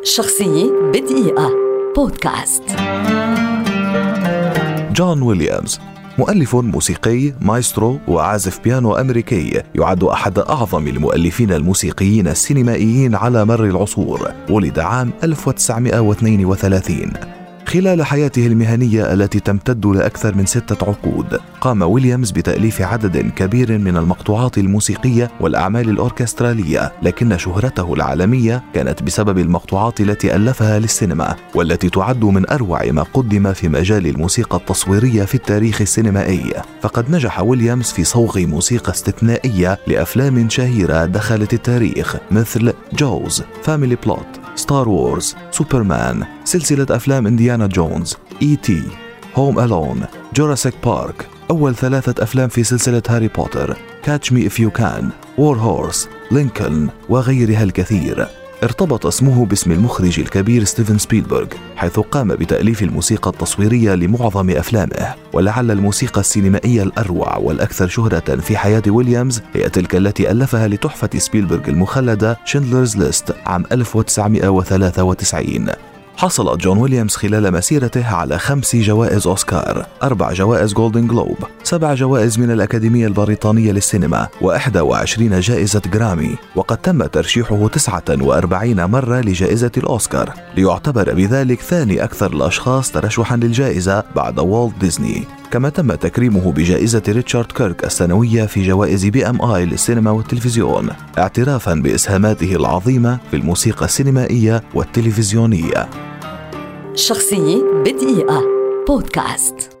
شخصية بدقيقة بودكاست. جون ويليامز مؤلف موسيقي مايسترو وعازف بيانو أمريكي، يعد أحد أعظم المؤلفين الموسيقيين السينمائيين على مر العصور. ولد عام 1932. خلال حياته المهنية التي تمتد لأكثر من 6 عقود، قام ويليامز بتأليف عدد كبير من المقطوعات الموسيقية والأعمال الأوركسترالية، لكن شهرته العالمية كانت بسبب المقطوعات التي ألفها للسينما، والتي تعد من أروع ما قدم في مجال الموسيقى التصويرية في التاريخ السينمائي. فقد نجح ويليامز في صوغ موسيقى استثنائية لأفلام شهيرة دخلت التاريخ مثل جوز، فاميلي بلوت، ستار وورز، سوبرمان، سلسلة أفلام إنديانا جونز، E.T., هوم ألون، جوراسيك بارك، أول 3 أفلام في سلسلة هاري بوتر، كاتش مي إف يو كان، وور هورس، لينكولن، وغيرها الكثير. ارتبط اسمه باسم المخرج الكبير ستيفن سبيلبرغ، حيث قام بتأليف الموسيقى التصويرية لمعظم أفلامه. ولعل الموسيقى السينمائية الأروع والأكثر شهرة في حياة ويليامز هي تلك التي ألفها لتحفة سبيلبرغ المخلدة شندلرز ليست عام 1993. حصل جون ويليامز خلال مسيرته على 5 جوائز أوسكار، 4 جوائز جولدن جلوب، 7 جوائز من الأكاديمية البريطانية للسينما، و21 جائزة جرامي. وقد تم ترشيحه 49 مرة لجائزة الأوسكار، ليعتبر بذلك ثاني أكثر الأشخاص ترشحا للجائزة بعد والت ديزني. كما تم تكريمه بجائزة ريتشارد كيرك السنوية في جوائز BMI للسينما والتلفزيون، اعترافا بإسهاماته العظيمة في الموسيقى السينمائية والتلفزيونية. شخصية بدقيقة بودكاست.